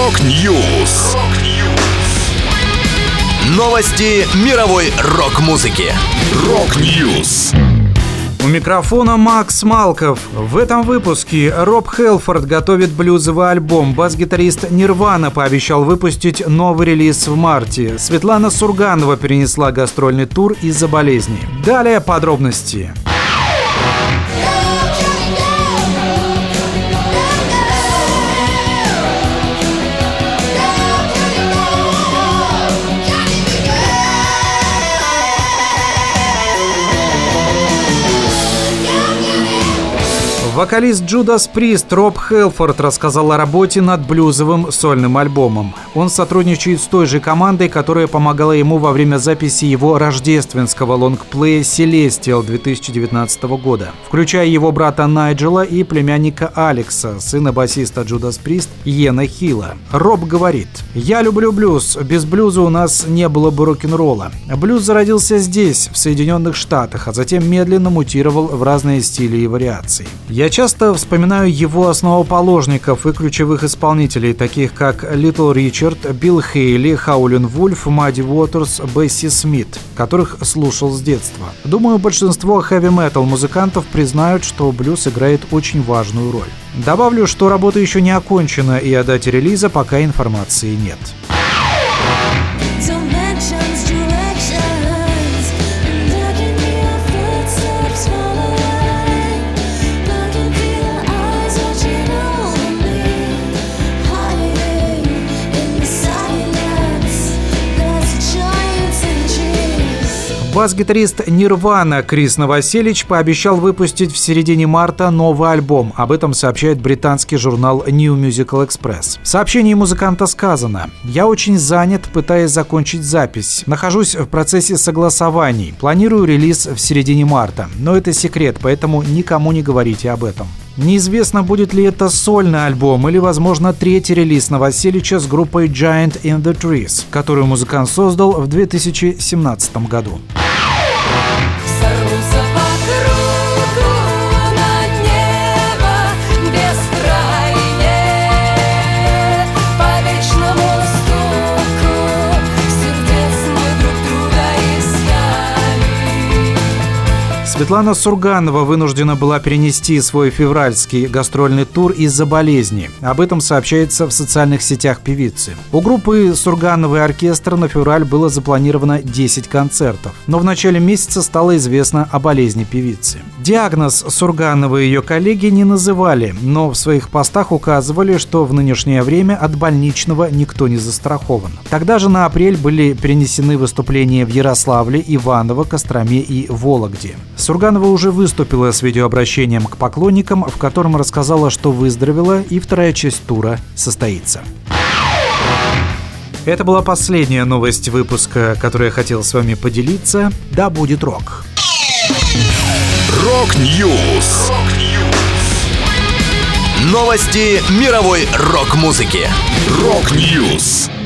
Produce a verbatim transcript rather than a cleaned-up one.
Рок-Ньюс. Новости мировой рок-музыки. Рок-Ньюс. У микрофона Макс Малков. В этом выпуске Роб Хелфорд готовит блюзовый альбом. Бас-гитарист Нирвана пообещал выпустить новый релиз в марте. Светлана Сурганова перенесла гастрольный тур из-за болезни. Далее подробности. Вокалист Judas Priest Роб Хелфорд рассказал о работе над блюзовым сольным альбомом. Он сотрудничает с той же командой, которая помогала ему во время записи его рождественского лонгплея «Celestial» две тысячи девятнадцатого года, включая его брата Найджела и племянника Алекса, сына басиста Judas Priest Йена Хилла. Роб говорит: «Я люблю блюз. Без блюза у нас не было бы рок-н-ролла. Блюз зародился здесь, в Соединенных Штатах, а затем медленно мутировал в разные стили и вариации. Я часто вспоминаю его основоположников и ключевых исполнителей, таких как Литл Ричард, Билл Хейли, Хаулин Вульф, Мадди Уотерс, Бесси Смит, которых слушал с детства. Думаю, большинство хэви-метал музыкантов признают, что блюз играет очень важную роль. Добавлю, что работа еще не окончена, и о дате релиза пока информации нет». Бас-гитарист Нирвана Крис Новоселич пообещал выпустить в середине марта новый альбом. Об этом сообщает британский журнал New Musical Express. В сообщении музыканта сказано: «Я очень занят, пытаясь закончить запись. Нахожусь в процессе согласований. Планирую релиз в середине марта. Но это секрет, поэтому никому не говорите об этом». Неизвестно, будет ли это сольный альбом или, возможно, третий релиз Новоселича с группой Giant in the Trees, которую музыкант создал в две тысячи семнадцатом году. Светлана Сурганова вынуждена была перенести свой февральский гастрольный тур из-за болезни. Об этом сообщается в социальных сетях певицы. У группы Сургановой оркестр на февраль было запланировано десять концертов, но в начале месяца стало известно о болезни певицы. Диагноз Сургановой и ее коллеги не называли, но в своих постах указывали, что в нынешнее время от больничного никто не застрахован. Тогда же на апрель были перенесены выступления в Ярославле, Иваново, Костроме и Вологде. Сурганова уже выступила с видеообращением к поклонникам, в котором рассказала, что выздоровела, и вторая часть тура состоится. Это была последняя новость выпуска, которую я хотел с вами поделиться. Да будет рок! Рок-Ньюс. Новости мировой рок-музыки. Рок-Ньюс.